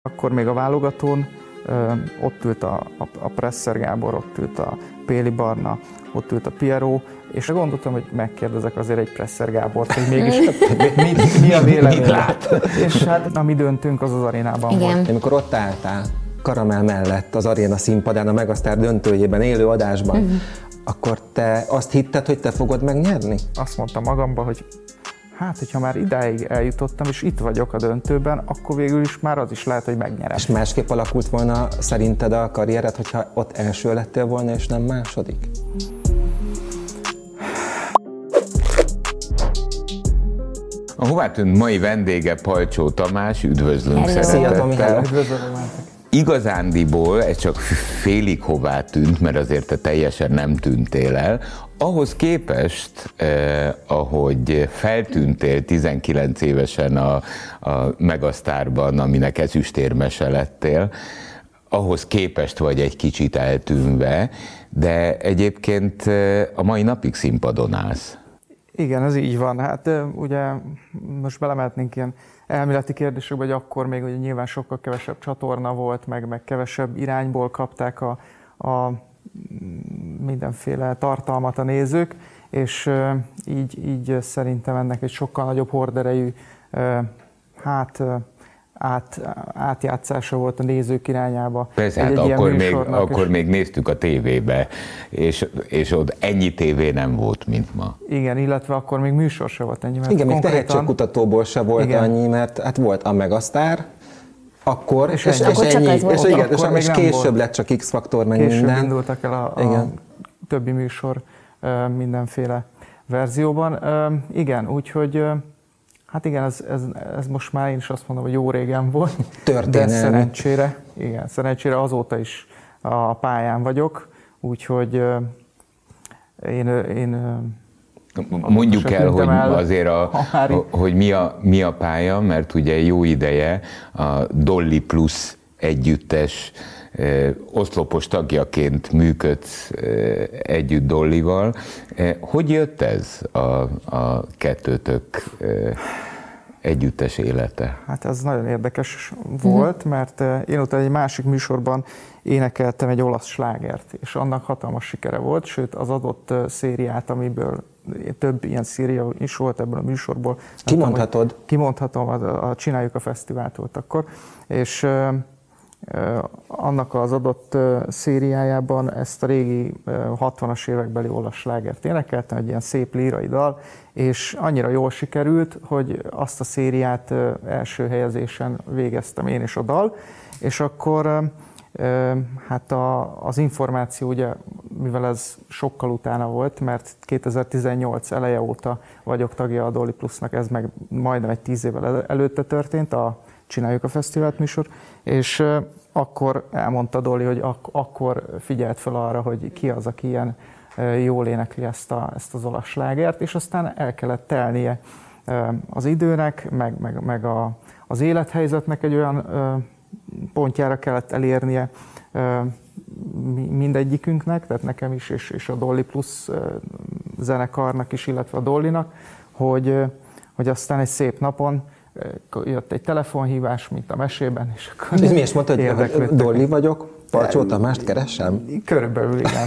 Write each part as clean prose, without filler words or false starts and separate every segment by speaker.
Speaker 1: Akkor még a válogatón ott ült a Presser Gábor, ott ült a Péli Barna, ott ült a Piero, és gondoltam, hogy megkérdezek azért egy Presser Gábort, hogy mégis mi a véleménye. És hát a mi döntőnk az arénában volt.
Speaker 2: Amikor ott álltál Karamell mellett az aréna színpadán, a Megasztár döntőjében, élő adásban, akkor te azt hitted, hogy te fogod megnyerni?
Speaker 1: Azt mondtam magamba, hogy hát, hogyha már idáig eljutottam, és itt vagyok a döntőben, akkor végül is már az is lehet, hogy megnyerem.
Speaker 2: És másképp alakult volna szerinted a karriered, hogyha ott első lettél volna, és nem második?
Speaker 3: A Hová tűnt mai vendége Palcsó Tamás, üdvözlünk
Speaker 2: szeretettel.
Speaker 3: Igazándiból ez csak félig hová tűnt, mert azért te teljesen nem tűntél el. Ahhoz képest, ahogy feltűntél 19 évesen a Megasztárban, aminek ezüstérmese lettél, ahhoz képest vagy egy kicsit eltűnve, de egyébként a mai napig színpadon állsz.
Speaker 1: Igen, ez így van. Hát ugye most belemehetnénk ilyen elméleti kérdésekbe, hogy akkor még ugye nyilván sokkal kevesebb csatorna volt, meg kevesebb irányból kapták a mindenféle tartalmat a nézők, és így szerintem ennek egy sokkal nagyobb horderejű átjátszása volt a nézők irányába.
Speaker 3: Persze, hát akkor még néztük a tévébe, és ott ennyi tévé nem volt, mint ma.
Speaker 1: Igen, illetve akkor még műsor se volt ennyi.
Speaker 2: Igen, még tehetségkutatóból se volt annyi, mert hát volt a Megasztár, akkor és később lett csak X-faktor, meg
Speaker 1: később
Speaker 2: minden.
Speaker 1: Később indultak el a többi műsor mindenféle verzióban. Igen, úgyhogy hát igen, ez most már én is azt mondom, hogy jó régen volt.
Speaker 2: Történelmi.
Speaker 1: De szerencsére azóta is a pályán vagyok, úgyhogy én
Speaker 3: mondjuk el, hogy azért hogy mi a pálya, mert ugye jó ideje a Dolly Plus együttes oszlopos tagjaként működsz együtt Dollyval. Hogy jött ez a kettőtök együttes élete?
Speaker 1: Hát ez nagyon érdekes volt, mert én utána egy másik műsorban énekeltem egy olasz slágert, és annak hatalmas sikere volt, sőt az adott szériát, amiből több ilyen széria is volt ebből a műsorból.
Speaker 2: Kimondhatod?
Speaker 1: Kimondhatom, Csináljuk a Fesztivált volt akkor, és annak az adott szériájában ezt a régi 60-as évekbeli olasz slágert énekeltem, egy ilyen szép lírai dal, és annyira jól sikerült, hogy azt a szériát első helyezésen végeztem én és a dal, és akkor hát az információ, ugye, mivel ez sokkal utána volt, mert 2018 eleje óta vagyok tagja a Dolly Plusnak, ez meg majdnem egy 10 évvel előtte történt, a Csináljuk a Fesztivált műsor, és akkor elmondta Dolly, hogy akkor figyelt fel arra, hogy ki az, aki ilyen jól énekli ezt az olasz slágert, és aztán el kellett telnie az időnek, meg az élethelyzetnek egy olyan pontjára kellett elérnie mindegyikünknek, tehát nekem is, és a Dolly Plus zenekarnak is, illetve a Dollynak, hogy aztán egy szép napon jött egy telefonhívás, mint a mesében, és akkor...
Speaker 2: És mi is mondtad, hogy Dolly vagyok, Palcsó Tamást keresem?
Speaker 1: Körülbelül igen.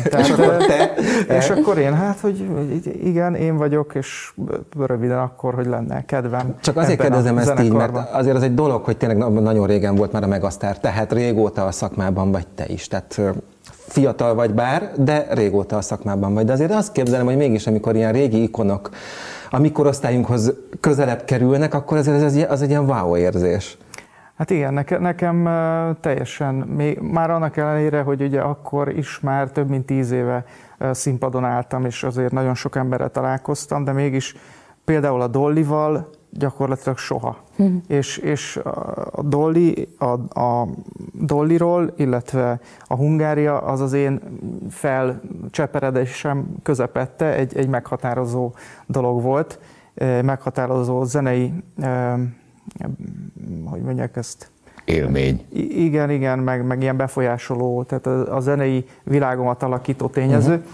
Speaker 1: És akkor én, hát, hogy igen, én vagyok, és röviden akkor, hogy lenne kedvem.
Speaker 2: Csak azért kérdezem ezt így, mert azért az egy dolog, hogy tényleg nagyon régen volt már a Megasztár, tehát régóta a szakmában vagy te is. Tehát fiatal vagy bár, de régóta a szakmában vagy. De azért azt képzelem, hogy mégis amikor ilyen régi ikonok a mi korosztályunkhoz közelebb kerülnek, akkor az egy ilyen wow érzés.
Speaker 1: Hát igen, nekem teljesen, már annak ellenére, hogy ugye akkor is már több mint 10 éve színpadon álltam, és azért nagyon sok emberrel találkoztam, de mégis például a Dollyval gyakorlatilag soha. És a Dollyról, illetve a Hungária az az én felcseperedésem közepette egy meghatározó dolog volt, meghatározó zenei, hogy mondják ezt?
Speaker 3: Élmény.
Speaker 1: Igen, meg ilyen befolyásoló, tehát a zenei világomat alakító tényező,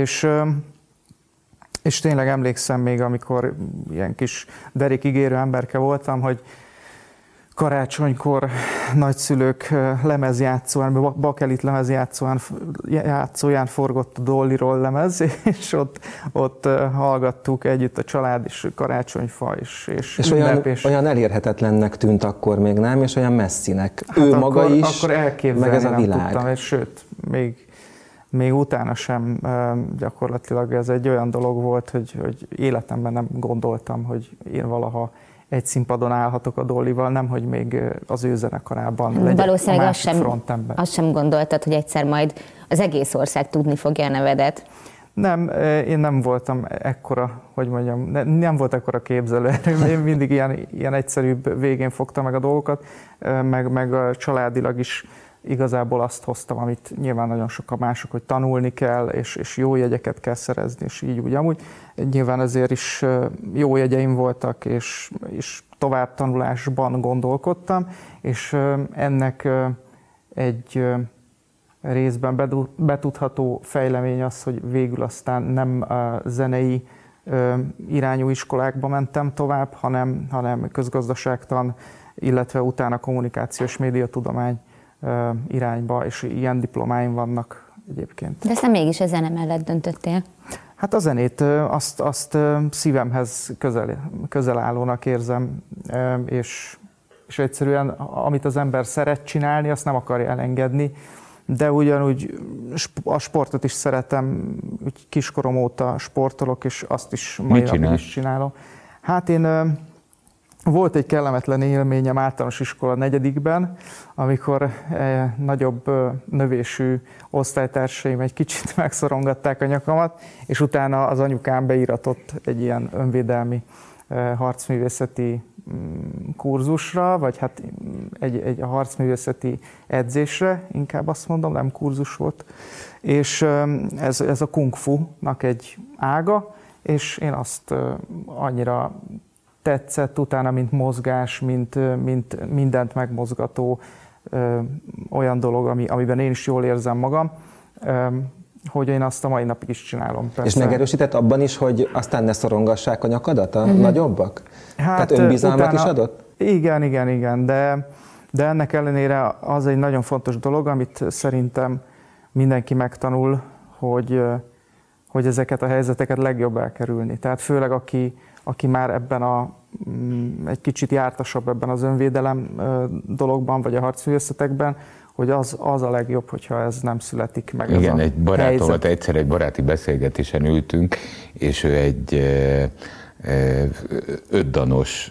Speaker 1: és tényleg emlékszem még, amikor ilyen kis derékigérő emberke voltam, hogy karácsonykor nagyszülők lemezjátszóján, bakelit lemezjátszóján forgott a Dollyról lemez, és ott hallgattuk együtt a család és karácsonyfa és ünnep.
Speaker 2: Olyan elérhetetlennek tűnt akkor még, nem? És olyan messzinek. Hát ő maga is,
Speaker 1: akkor elképzelni
Speaker 2: meg ez a világ.
Speaker 1: Nem tudtam, és sőt, még utána sem gyakorlatilag ez egy olyan dolog volt, hogy életemben nem gondoltam, hogy én valaha egy színpadon állhatok a Dollyval, nem, hogy még az ő zenekarában legyek.
Speaker 4: Valószínűleg azt sem gondoltad, hogy egyszer majd az egész ország tudni fogja a nevedet.
Speaker 1: Nem, én nem voltam ekkora, hogy mondjam, nem volt ekkora képzelő. Én mindig ilyen egyszerűbb végén fogtam meg a dolgokat, meg a családilag is igazából azt hoztam, amit nyilván nagyon sokan mások, hogy tanulni kell, és jó jegyeket kell szerezni, és így úgy amúgy. Nyilván ezért is jó jegyeim voltak, és továbbtanulásban gondolkodtam, és ennek egy részben betudható fejlemény az, hogy végül aztán nem zenei irányú iskolákba mentem tovább, hanem közgazdaságtan, illetve utána kommunikációs médiatudomány irányba, és ilyen diplomáim vannak egyébként.
Speaker 4: De aztán mégis a zene mellett döntöttél?
Speaker 1: Hát a zenét azt szívemhez közel állónak érzem, és egyszerűen amit az ember szeret csinálni, azt nem akarja elengedni, de ugyanúgy a sportot is szeretem, úgy kiskorom óta sportolok, és azt is mai napig is csinálom. Hát én volt egy kellemetlen élményem általános iskola 4-ben, amikor nagyobb növésű osztálytársaim egy kicsit megszorongatták a nyakamat, és utána az anyukám beíratott egy ilyen önvédelmi harcművészeti kurzusra, vagy hát egy harcművészeti edzésre, inkább azt mondom, nem kurzus volt, és ez a kung fu-nak egy ága, és én azt annyira tetszett utána, mint mozgás, mint mindent megmozgató olyan dolog, amiben én is jól érzem magam, hogy én azt a mai napig is csinálom. Persze.
Speaker 2: És megerősített abban is, hogy aztán ne szorongassák a nyakadat a nagyobbak? Hát, tehát önbizalmat is adott?
Speaker 1: Igen, de ennek ellenére az egy nagyon fontos dolog, amit szerintem mindenki megtanul, hogy ezeket a helyzeteket legjobb elkerülni. Tehát főleg aki már ebben egy kicsit jártasabb ebben az önvédelem dologban, vagy a harcművészetekben, hogy az a legjobb, hogyha ez nem születik meg.
Speaker 3: Igen, egy barátomat egyszer egy baráti beszélgetésen ültünk, és ő egy 5 danos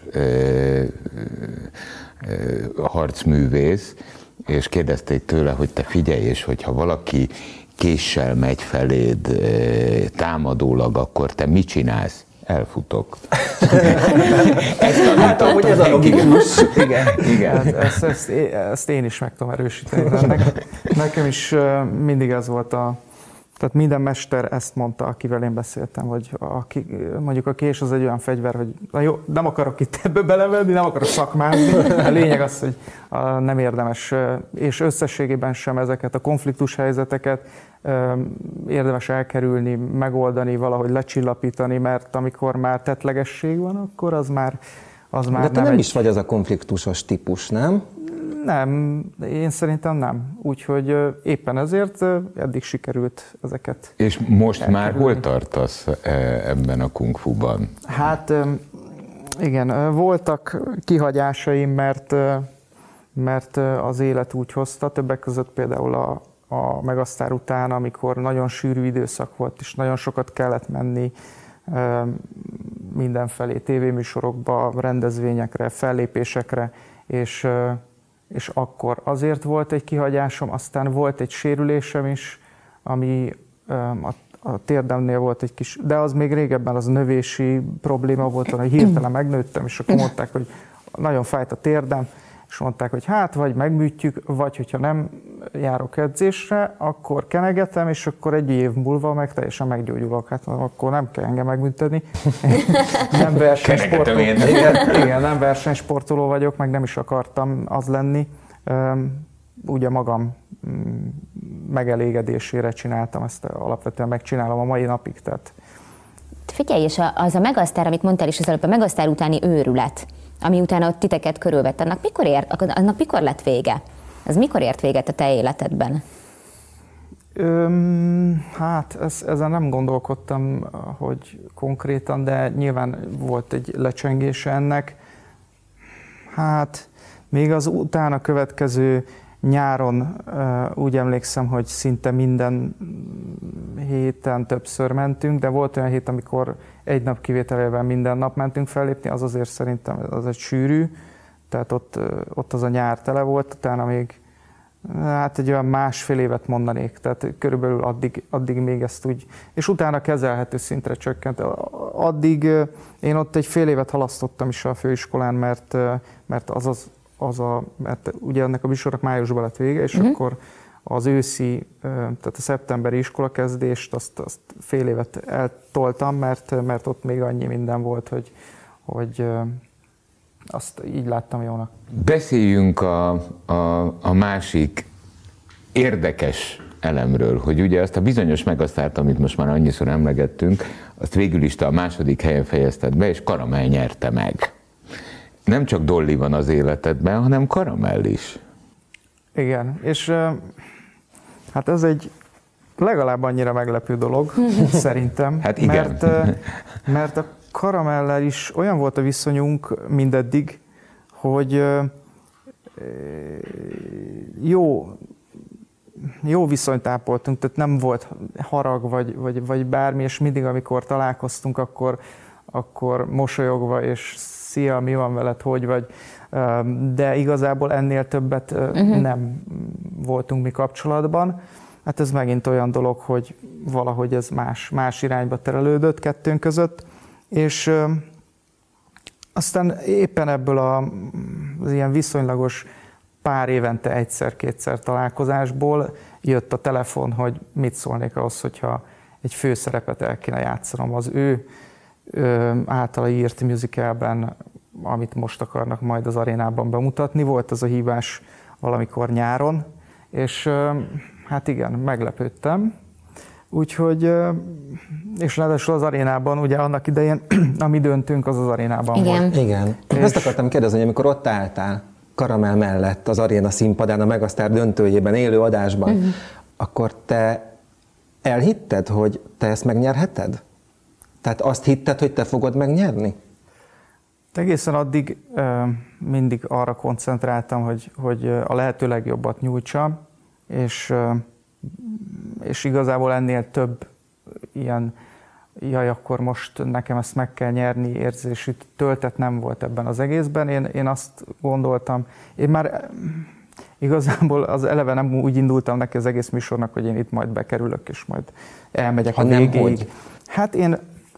Speaker 3: harcművész, és kérdezték tőle, hogy te figyelj, és hogyha valaki késsel megy feléd támadólag, akkor te mit csinálsz? Elfutok.
Speaker 2: Hát amúgy ez a logikus.
Speaker 1: Igen. Ezt én is meg tudom erősíteni. Nekem is mindig ez volt tehát minden mester ezt mondta, akivel én beszéltem, hogy mondjuk a kés az egy olyan fegyver, hogy jó, nem akarok itt ebbe belevenni, nem akarok szakmázni. A lényeg az, hogy nem érdemes, és összességében sem ezeket a konfliktus helyzeteket érdemes elkerülni, megoldani, valahogy lecsillapítani, mert amikor már tettlegesség van, akkor az már
Speaker 2: de te nem is vagy az a konfliktusos típus, nem?
Speaker 1: Nem, én szerintem nem. Úgyhogy éppen ezért eddig sikerült ezeket.
Speaker 3: És most elkerülni. Már hol tartasz ebben a kung fuban?
Speaker 1: Hát igen, voltak kihagyásaim, mert az élet úgy hozta, többek között például a Megasztár után, amikor nagyon sűrű időszak volt, és nagyon sokat kellett menni mindenfelé, tévéműsorokba, rendezvényekre, fellépésekre, és akkor azért volt egy kihagyásom, aztán volt egy sérülésem is, ami a térdemnél volt egy kis, de az még régebben az növési probléma volt, hogy hirtelen megnőttem, és akkor mondták, hogy nagyon fájt a térdem, és mondták, hogy hát vagy megműtjük, vagy hogyha nem járok edzésre, akkor kenegetem, és akkor egy év múlva meg teljesen meggyógyulok. Hát akkor nem kell engem megműteni. Nem versenysportoló. Igen, nem versenysportoló vagyok, meg nem is akartam az lenni. Ugye magam megelégedésére csináltam ezt, alapvetően megcsinálom a mai napig. Tehát.
Speaker 4: Figyelj, és az a Megasztár, amit mondtál is az előbb, a Megasztár utáni őrület, ami utána ott titeket körülvett, annak mikor lett vége? Ez mikor ért véget a te életedben?
Speaker 1: Hát ezen nem gondolkodtam, hogy konkrétan, de nyilván volt egy lecsengése ennek. Hát még az utána következő nyáron úgy emlékszem, hogy szinte minden héten többször mentünk, de volt olyan hét, amikor egy nap kivételével minden nap mentünk fellépni, az azért szerintem az egy sűrű, tehát ott az a nyár tele volt, utána még hát egy olyan másfél évet mondanék, tehát körülbelül addig még ezt úgy, és utána kezelhető szintre csökkent. Addig én ott egy fél évet halasztottam is a főiskolán, mert mert ugye ennek a műsornak májusban lett vége, és akkor az őszi, tehát a szeptemberi iskolakezdést, azt fél évet eltoltam, mert ott még annyi minden volt, hogy azt így láttam jónak.
Speaker 3: Beszéljünk a másik érdekes elemről, hogy ugye azt a bizonyos megasztárt, amit most már annyiszor emlegettünk, azt végül is te a második helyen fejezted be, és Karamell nyerte meg. Nem csak Dolly van az életedben, hanem Karamell is.
Speaker 1: Igen, és hát ez egy legalább annyira meglepő dolog, szerintem. Hát igen. Mert a Karamellel is olyan volt a viszonyunk mindeddig, hogy jó viszonyt ápoltunk, tehát nem volt harag vagy bármi, és mindig, amikor találkoztunk, akkor mosolyogva, és szia, mi van veled, hogy vagy, de igazából ennél többet nem voltunk mi kapcsolatban. Hát ez megint olyan dolog, hogy valahogy ez más irányba terelődött kettőnk között, és aztán éppen ebből az ilyen viszonylagos pár évente egyszer-kétszer találkozásból jött a telefon, hogy mit szólnék ahhoz, hogyha egy főszerepet el kéne játszanom az ő általa írt musicalben, amit most akarnak majd az arénában bemutatni. Volt az a hívás valamikor nyáron, és hát igen, meglepődtem. Úgyhogy, és ráadásul az arénában, ugye annak idején, a mi döntőnk az arénában volt.
Speaker 2: Igen. Ezt akartam kérdezni, hogy amikor ott álltál Karamell mellett az aréna színpadán, a Megasztár döntőjében, élő adásban, akkor te elhitted, hogy te ezt megnyerheted? Tehát azt hitted, hogy te fogod megnyerni?
Speaker 1: Egészen addig mindig arra koncentráltam, hogy a lehető legjobbat nyújtsam, és igazából ennél több ilyen, akkor most nekem ezt meg kell nyerni érzésű töltet nem volt ebben az egészben. Én azt gondoltam, én már igazából az eleve nem úgy indultam neki az egész műsornak, hogy én itt majd bekerülök, és majd elmegyek a végéig. Hát én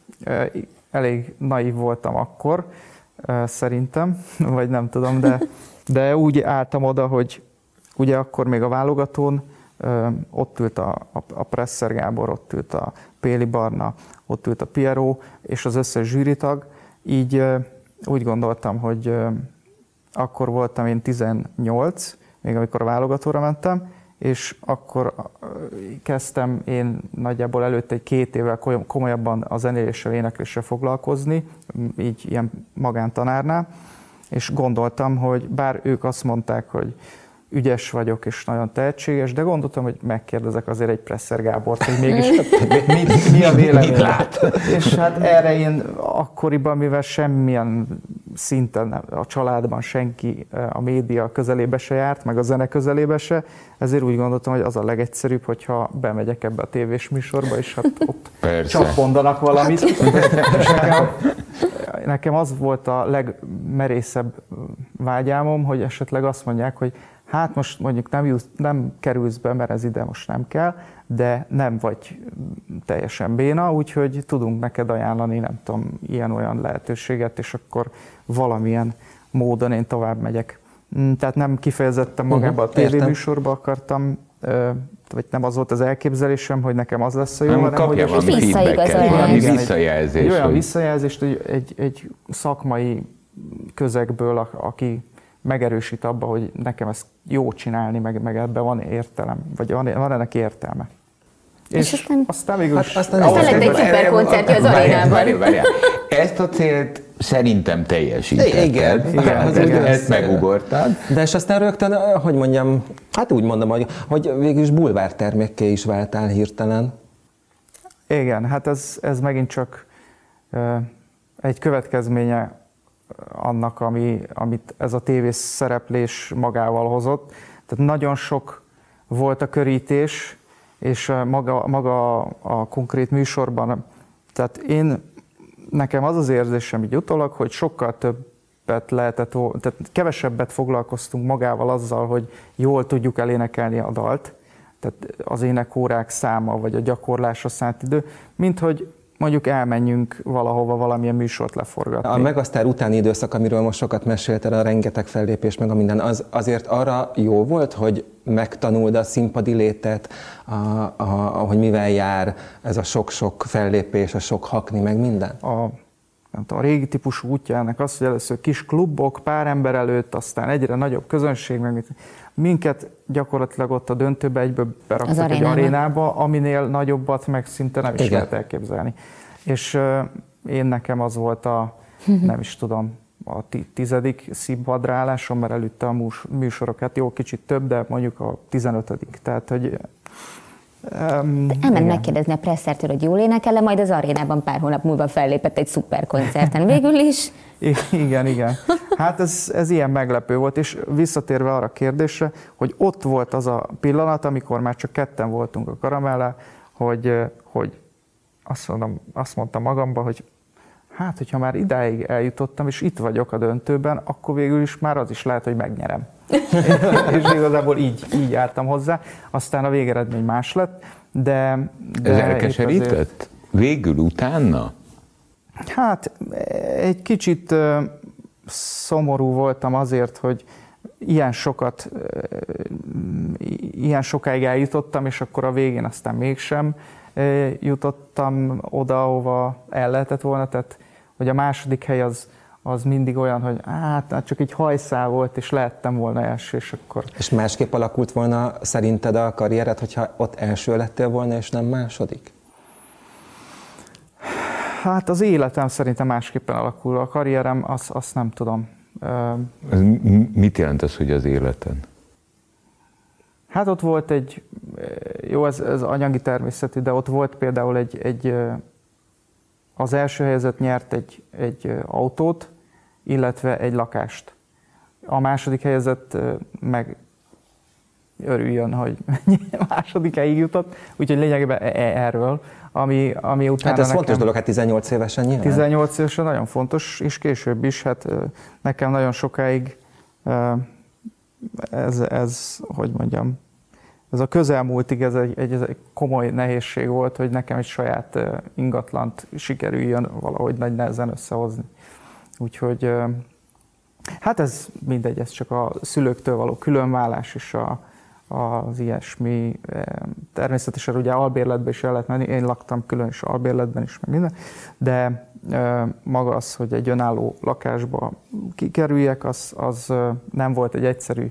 Speaker 1: elég naív voltam akkor, szerintem, vagy nem tudom, de úgy álltam oda, hogy ugye akkor még a válogatón ott ült a Presser Gábor, ott ült a Péli Barna, ott ült a Piero és az összes zsűritag, így úgy gondoltam, hogy akkor voltam én 18, még amikor a válogatóra mentem, és akkor kezdtem én nagyjából előtte 2 évvel komolyabban a zenéléssel, énekléssel foglalkozni, így ilyen magántanárnál, és gondoltam, hogy bár ők azt mondták, hogy ügyes vagyok és nagyon tehetséges, de gondoltam, hogy megkérdezek azért egy Presser Gábort, hogy mégis mi a véleménye. És hát erre én akkoriban, mivel semmilyen szinten a családban senki a média közelébe se járt, meg a zene közelébe se, ezért úgy gondoltam, hogy az a legegyszerűbb, hogyha bemegyek ebbe a tévés műsorba, és hát ott csak mondanak valamit. És nekem az volt a legmerészebb vágyálmom, hogy esetleg azt mondják, hogy hát most mondjuk nem kerülsz be, mert ez ide most nem kell, de nem vagy teljesen béna, úgyhogy tudunk neked ajánlani, nem tudom, ilyen-olyan lehetőséget, és akkor valamilyen módon én tovább megyek. Tehát nem kifejezetten magába a tévéműsorba akartam, vagy nem az volt az elképzelésem, hogy nekem az lesz a jó, hanem
Speaker 3: hogy valami visszajelzés.
Speaker 1: Egy olyan visszajelzést, hogy egy szakmai közegből, aki megerősít abba, hogy nekem ezt jó csinálni, meg ebben van értelem, vagy van ennek értelme. És aztán végül is...
Speaker 4: Aztán lett egy szuper koncertje az arénában.
Speaker 3: Ezt a célt szerintem teljesítetted.
Speaker 2: Igen.
Speaker 3: Ezt megugortad.
Speaker 2: De és aztán rögtön, hogy mondjam, hát úgy mondom, hogy végülis bulvártermékké is váltál hirtelen.
Speaker 1: Igen, hát ez megint csak egy következménye annak, amit ez a tévés szereplés magával hozott. Tehát nagyon sok volt a körítés, és maga a konkrét műsorban, tehát nekem az az érzésem így utólag, hogy sokkal többet lehetett, tehát kevesebbet foglalkoztunk magával azzal, hogy jól tudjuk elénekelni a dalt, tehát az énekórák száma, vagy a gyakorlásra szánt idő, mint hogy mondjuk elmenjünk valahova valamilyen műsort leforgatni.
Speaker 2: A Megasztár utáni időszak, amiről most sokat meséltél, a rengeteg fellépés, meg a minden, az azért arra jó volt, hogy megtanuld a színpadi létet, hogy mivel jár ez a sok-sok fellépés, a sok hakni, meg minden?
Speaker 1: A régi típusú útja ennek az, hogy először kis klubok, pár ember előtt, aztán egyre nagyobb közönség, meg minket gyakorlatilag ott a döntőbe egyből beraktak egy arénába, aminél nagyobbat meg szinte nem is lehet elképzelni. És nekem az volt nem is tudom, a 10. színpadrálásom, mert előtte a műsorokat jó kicsit több, de mondjuk a 15. Tehát, hogy
Speaker 4: elment megkérdezni a Presszertől, hogy jól énekel-e, majd az arénában pár hónap múlva fellépett egy szuper koncerten. Végül is.
Speaker 1: Igen. Hát ez ilyen meglepő volt, és visszatérve arra a kérdésre, hogy ott volt az a pillanat, amikor már csak ketten voltunk a Karamellel, hogy azt mondtam magamba, hogy hát, hogyha már idáig eljutottam, és itt vagyok a döntőben, akkor végül is már az is lehet, hogy megnyerem. És igazából így álltam hozzá. Aztán a végeredmény más lett, de
Speaker 3: ez elkeserített? Végül utána?
Speaker 1: Hát egy kicsit szomorú voltam azért, hogy ilyen sokáig eljutottam, és akkor a végén aztán mégsem jutottam oda, ahova el lehetett volna, tehát hogy a második hely az mindig olyan, hogy hát csak egy hajszál volt, és lehettem volna első, és akkor...
Speaker 2: És másképp alakult volna szerinted a karriered, hogyha ott első lettél volna, és nem második?
Speaker 1: Hát az életem szerintem másképpen alakul. A karrierem, azt nem tudom.
Speaker 3: Mit jelent az, hogy az életen?
Speaker 1: Hát ott volt jó, ez anyagi természetű, de ott volt például az első helyezett nyert egy autót, illetve egy lakást. A második helyezett meg örüljön, hogy második helyig jutott, úgyhogy lényegében erről, ami utána
Speaker 2: hát ez fontos dolog, hát 18 évesen nyilván.
Speaker 1: 18 évesen nagyon fontos, és később is, hát nekem nagyon sokáig ez hogy mondjam, ez a közelmúltig ez egy komoly nehézség volt, hogy nekem egy saját ingatlant sikerüljön valahogy nagy nehezen összehozni. Úgyhogy hát ez mindegy, ez csak a szülőktől való különválás és az ilyesmi. Természetesen ugye albérletbe is el lehet menni, én laktam külön is albérletben is, meg minden, de maga az, hogy egy önálló lakásba kikerüljek, az nem volt egy egyszerű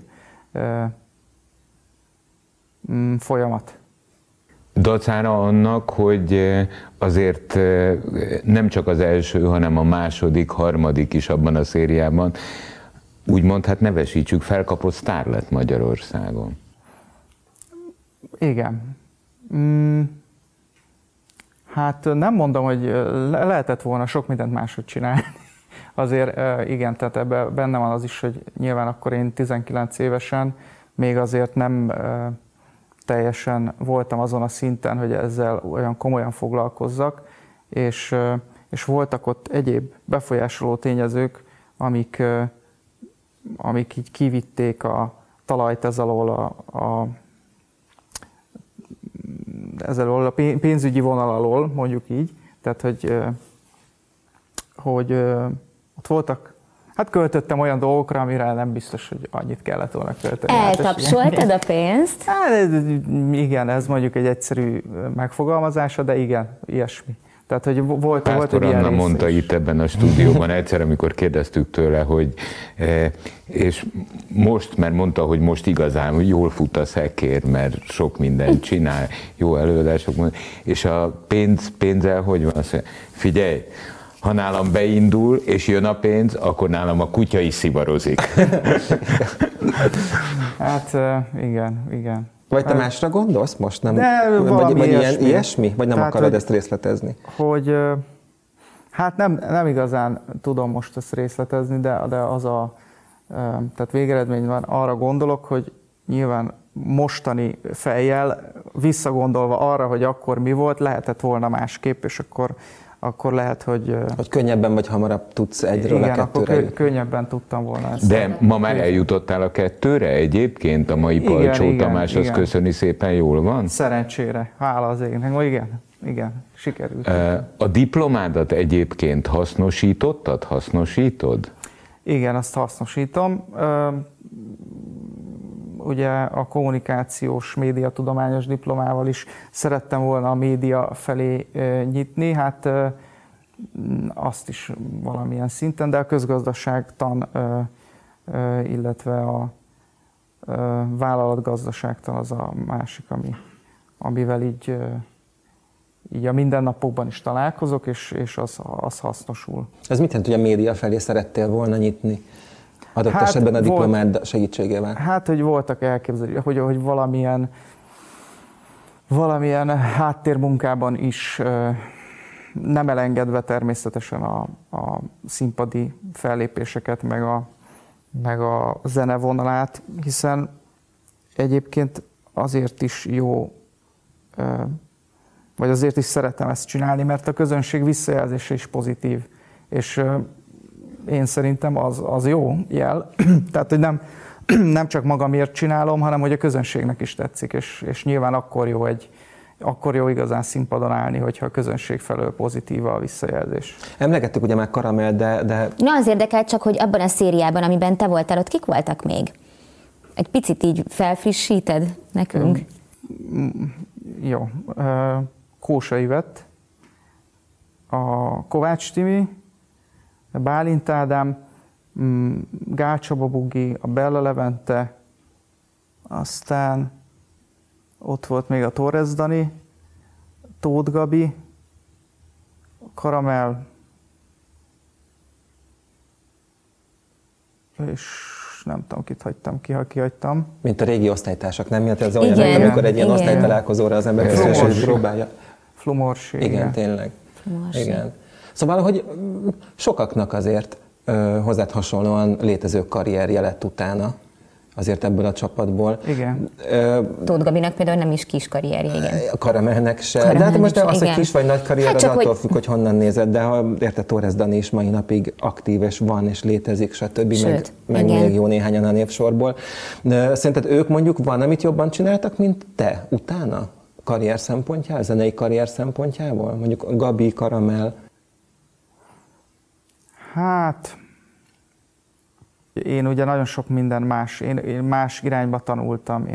Speaker 1: folyamat.
Speaker 3: Dacára annak, hogy azért nem csak az első, hanem a második, harmadik is abban a szériában, úgymond, hát nevesítsük, felkapott sztár lett Magyarországon.
Speaker 1: Igen. Hát nem mondom, hogy lehetett volna sok mindent máshogy csinálni. Azért igen, tehát ebben benne van az is, hogy nyilván akkor én 19 évesen még azért nem teljesen voltam azon a szinten, hogy ezzel olyan komolyan foglalkozzak, és voltak ott egyéb befolyásoló tényezők, amik így kivitték a talajt ez alól a pénzügyi vonal alól, mondjuk így, tehát hogy ott voltak, hát költöttem olyan dolgokra, amire nem biztos, hogy annyit kellett volna költeni.
Speaker 4: Eltapsoltad a pénzt?
Speaker 1: Hát, igen, ez mondjuk egy egyszerű megfogalmazása, de igen, ilyesmi. Tehát, hogy volt egy ilyen
Speaker 3: Anna mondta itt ebben a stúdióban egyszer, amikor kérdeztük tőle, hogy és most, mert mondta, hogy most igazán jól fut a szekér, mert sok mindent csinál, jó előadások, és a pénzzel hogy van? Azt mondja, figyelj, Ha nálam beindul, és jön a pénz, akkor nálam a kutya is szivarozik.
Speaker 1: Hát igen.
Speaker 2: Vagy te másra gondolsz most? Nem?
Speaker 1: Vagy
Speaker 2: ilyesmi? Vagy nem akarod ezt részletezni?
Speaker 1: Hogy hát nem igazán tudom most ezt részletezni, de tehát végeredmény van, arra gondolok, hogy nyilván mostani fejjel visszagondolva arra, hogy akkor mi volt, lehetett volna másképp, és akkor lehet, hogy...
Speaker 2: Hogy könnyebben vagy hamarabb tudsz egyről a kettőre
Speaker 1: jutni. Könnyebben tudtam volna ezt.
Speaker 3: De ma már eljutottál a kettőre egyébként? A mai Palcsó Tamáshoz köszöni szépen, jól van?
Speaker 1: Szerencsére, hála az égnek. Igen, sikerült.
Speaker 3: A diplomádat egyébként hasznosítod?
Speaker 1: Igen, azt hasznosítom. Ugye a kommunikációs médiatudományos diplomával is szerettem volna a média felé nyitni, hát azt is valamilyen szinten, de a közgazdaságtan, illetve a vállalatgazdaságtan az a másik, amivel így a mindennapokban is találkozok, és az hasznosul.
Speaker 2: Ez mit jelent, hogy a média felé szerettél volna nyitni? Adott esetben a diplomád segítségével? Hát,
Speaker 1: hogy voltak elképzelések, hogy valamilyen háttérmunkában is, nem elengedve természetesen a színpadi fellépéseket, meg a zenevonalát, hiszen egyébként azért is jó, vagy azért is szeretem ezt csinálni, mert a közönség visszajelzése is pozitív, és én szerintem az jó jel, tehát hogy nem csak magamért csinálom, hanem hogy a közönségnek is tetszik, és nyilván akkor jó igazán színpadon állni, hogyha a közönség felől pozitív a visszajelzés.
Speaker 2: Emlegettük ugye már Karamell, de...
Speaker 4: Na, az érdekel csak, hogy abban a szériában, amiben te voltál, ott kik voltak még? Egy picit így felfrissíted nekünk?
Speaker 1: Jó. Kósa Ivett, a Kovács Timi, a Bálint Ádám, Gál Csaba Bugi, a Bella Levente, aztán ott volt még a Torres Dani, Tóth Gabi, Karamell, és nem tudom, kit hagytam ki, ha kihagytam.
Speaker 2: Mint a régi osztálytársak, nem? Mert ez olyan, amikor egy ilyen osztálytalálkozóra az ember közösen próbálja.
Speaker 1: Flumorsi.
Speaker 2: Igen, tényleg. Igen. Szóval, hogy sokaknak azért hozzád hasonlóan létező karrierje lett utána, azért ebből a csapatból.
Speaker 1: Igen.
Speaker 4: Tóth Gabinak például nem is kis karrierje, igen.
Speaker 2: A Karamellnek se. De hát most az, hogy kis vagy nagy karrier, hát az attól függ, hogy honnan nézed, de ha érted, Torres Dani is mai napig aktív, és van, és létezik, stb. Sőt, meg még jó néhányan a névsorból. Szerinted ők mondjuk van, amit jobban csináltak, mint te utána? Karrier szempontjából, zenei karrier szempontjából? Mondjuk Gabi, Karamell.
Speaker 1: Hát, én ugye nagyon sok minden más, én más irányba tanultam,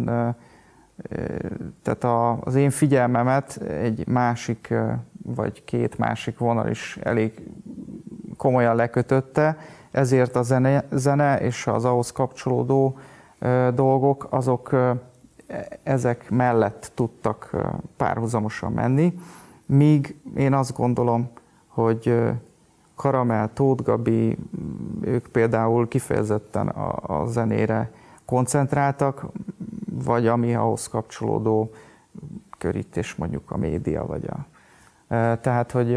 Speaker 1: tehát az én figyelmemet egy másik, vagy két másik vonal is elég komolyan lekötötte, ezért a zene és az ahhoz kapcsolódó dolgok, azok ezek mellett tudtak párhuzamosan menni, míg én azt gondolom, hogy Karamell, Tóth Gabi, ők például kifejezetten a zenére koncentráltak, vagy ami ahhoz kapcsolódó körítés, mondjuk a média, vagy tehát, hogy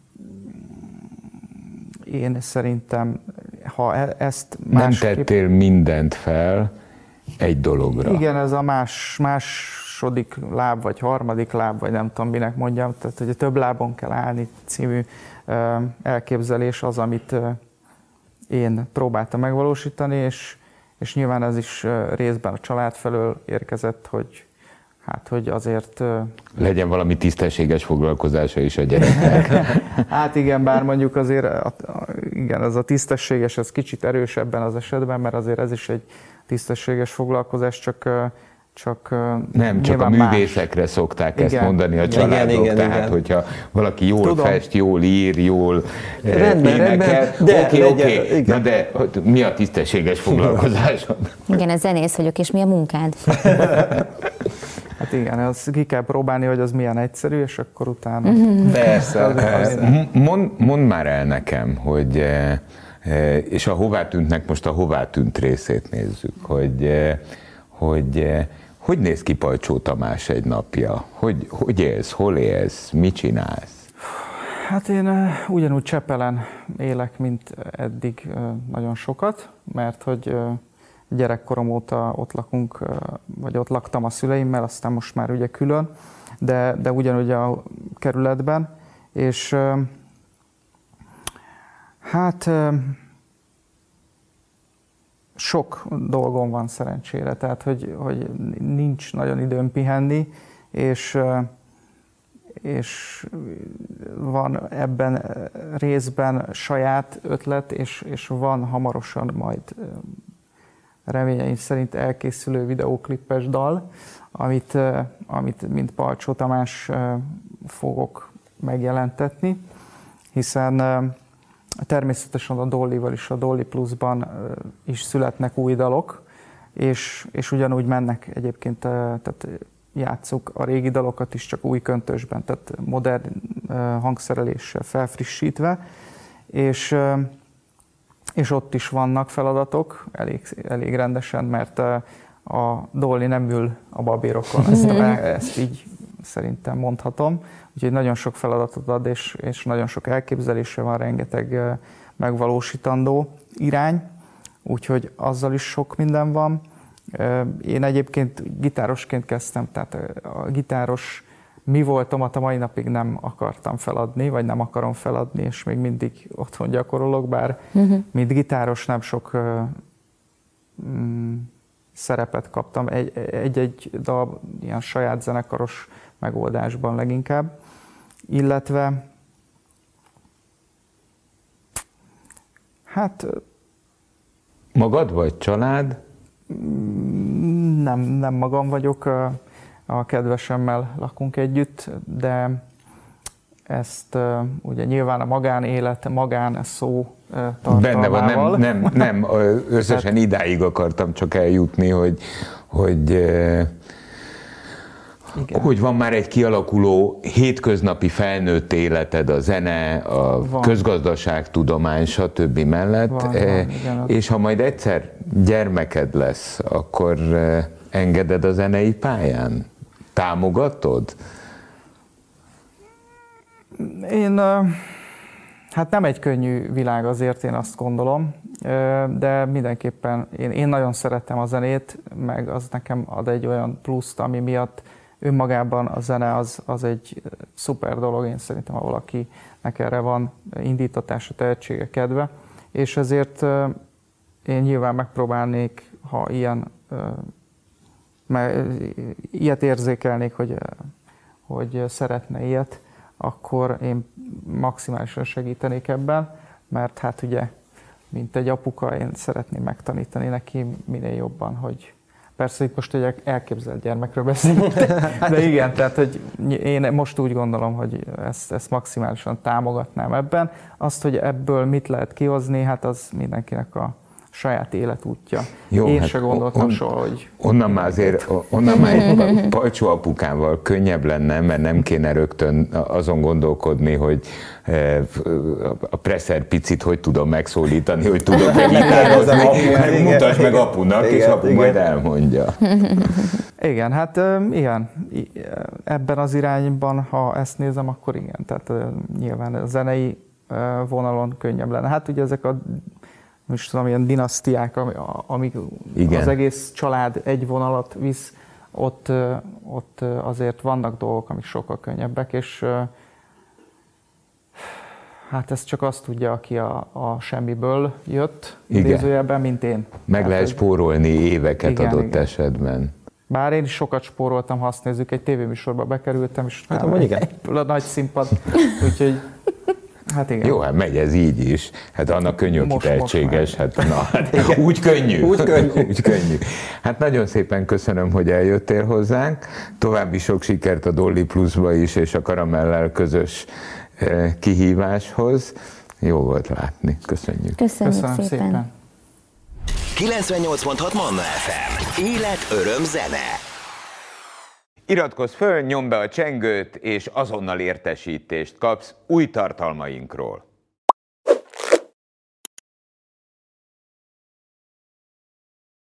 Speaker 1: én szerintem, ha ezt
Speaker 3: másképp... Nem tettél mindent fel egy dologra.
Speaker 1: Igen, ez a második láb, vagy harmadik láb, vagy nem tudom, minek mondjam, tehát hogy több lábon kell állni című elképzelés az, amit én próbáltam megvalósítani, és nyilván ez is részben a család felől érkezett, hogy azért...
Speaker 3: Legyen valami tisztességes foglalkozása is a gyereknek.
Speaker 1: Hát igen, bár mondjuk azért, igen, ez a tisztességes, ez kicsit erősebben az esetben, mert azért ez is egy tisztességes foglalkozás, csak
Speaker 3: nem, csak a művészekre más. Szokták ezt mondani a családok, tehát hogyha valaki jól fest, jól ír, jól énekel, oké. Na de mi a tisztességes foglalkozásod?
Speaker 4: Igen, ez zenész vagyok, és mi a munkád?
Speaker 1: Hát igen, azt ki kell próbálni, hogy az milyen egyszerű, és akkor utána...
Speaker 2: Persze.
Speaker 3: Mondd már el nekem, hogy, és a hová tűntnek most a hová tűnt részét nézzük, hogy néz ki Palcsó Tamás egy napja? Hogy élsz, hol élsz, mit csinálsz?
Speaker 1: Hát én ugyanúgy Csepelen élek, mint eddig nagyon sokat, mert hogy gyerekkorom óta ott lakunk, vagy ott laktam a szüleimmel, aztán most már ugye külön, de ugyanúgy a kerületben, és hát sok dolgom van szerencsére, tehát hogy nincs nagyon időm pihenni, és van ebben részben saját ötlet, és van hamarosan majd reményeim szerint elkészülő videóklippes dal, amit mint Palcsó Tamás fogok megjelentetni, hiszen természetesen a Dollyval is, a Dolly Plusban is születnek új dalok, és ugyanúgy mennek egyébként, tehát játsszuk a régi dalokat is, csak új köntösben, tehát modern hangszereléssel felfrissítve, és ott is vannak feladatok, elég rendesen, mert a Dolly nem ül a babérokon, ezt így szerintem mondhatom. Úgyhogy nagyon sok feladatot ad, és nagyon sok elképzelése van, rengeteg megvalósítandó irány, úgyhogy azzal is sok minden van. Én egyébként gitárosként kezdtem, tehát a gitáros mi voltomat a mai napig nem akartam feladni, vagy nem akarom feladni, és még mindig otthon gyakorolok, bár mint gitáros nem sok szerepet kaptam, egy dal ilyen saját zenekaros megoldásban leginkább, illetve hát...
Speaker 3: Magad vagy család?
Speaker 1: Nem magam vagyok, a kedvesemmel lakunk együtt, de ezt ugye nyilván a magánélet, magán szó tartalmával.
Speaker 3: Benne van, nem összesen idáig akartam csak eljutni, hogy van már egy kialakuló hétköznapi felnőtt életed, a zene, a közgazdaságtudomány, stb. Mellett,
Speaker 1: van, igen,
Speaker 3: és ha majd egyszer gyermeked lesz, akkor engeded a zenei pályán? Támogatod?
Speaker 1: Hát nem egy könnyű világ azért, én azt gondolom, de mindenképpen én nagyon szeretem a zenét, meg az nekem ad egy olyan pluszt, ami miatt önmagában a zene az egy szuper dolog, én szerintem, ha valakinek erre van indítatása, tehetsége, kedve, és ezért én nyilván megpróbálnék, ha ilyet érzékelnék, hogy szeretne ilyet, akkor én maximálisan segítenék ebben, mert hát ugye, mint egy apuka, én szeretném megtanítani neki minél jobban, hogy persze itt most egy elképzelt gyermekről beszélünk, de igen, tehát hogy én most úgy gondolom, hogy ezt maximálisan támogatnám ebben. Azt, hogy ebből mit lehet kihozni, hát az mindenkinek a saját életútja.
Speaker 3: Jó,
Speaker 1: én se gondoltam soha, hogy...
Speaker 3: Onnan már egy Palcsó apukával könnyebb lenne, mert nem kéne rögtön azon gondolkodni, hogy a Presser picit hogy tudom megszólítani, hogy tudok-e gitározni, mutasd meg apunak, igen, és apu majd elmondja.
Speaker 1: Igen, hát igen, ebben az irányban, ha ezt nézem, akkor igen, tehát nyilván a zenei vonalon könnyebb lenne. Hát ugye ezek a most tudom, ilyen dinasztiák, amik az egész család egy vonalat visz, ott azért vannak dolgok, amik sokkal könnyebbek, és hát ez csak azt tudja, aki a semmiből jött, idézőjelben, mint én.
Speaker 3: Meg hát, lehet spórolni éveket adott esetben.
Speaker 1: Bár én is sokat spóroltam, ha azt nézzük, egy tévéműsorba bekerültem, és
Speaker 2: hát,
Speaker 1: egyből a nagy színpad, úgyhogy hát igen.
Speaker 3: Jó, hát megy ez így is. Hát annak könnyű, aki tehetséges. Hát úgy könnyű. Úgy könnyű. Hát nagyon szépen köszönöm, hogy eljöttél hozzánk. További sok sikert a Dolly Plusba is, és a Karamellel közös kihíváshoz. Jó volt látni. Köszönjük.
Speaker 4: Köszönöm szépen.
Speaker 5: 98.6 Manna FM. Élet, öröm, zene.
Speaker 3: Iratkozz föl, nyomd be a csengőt, és azonnal értesítést kapsz új tartalmainkról.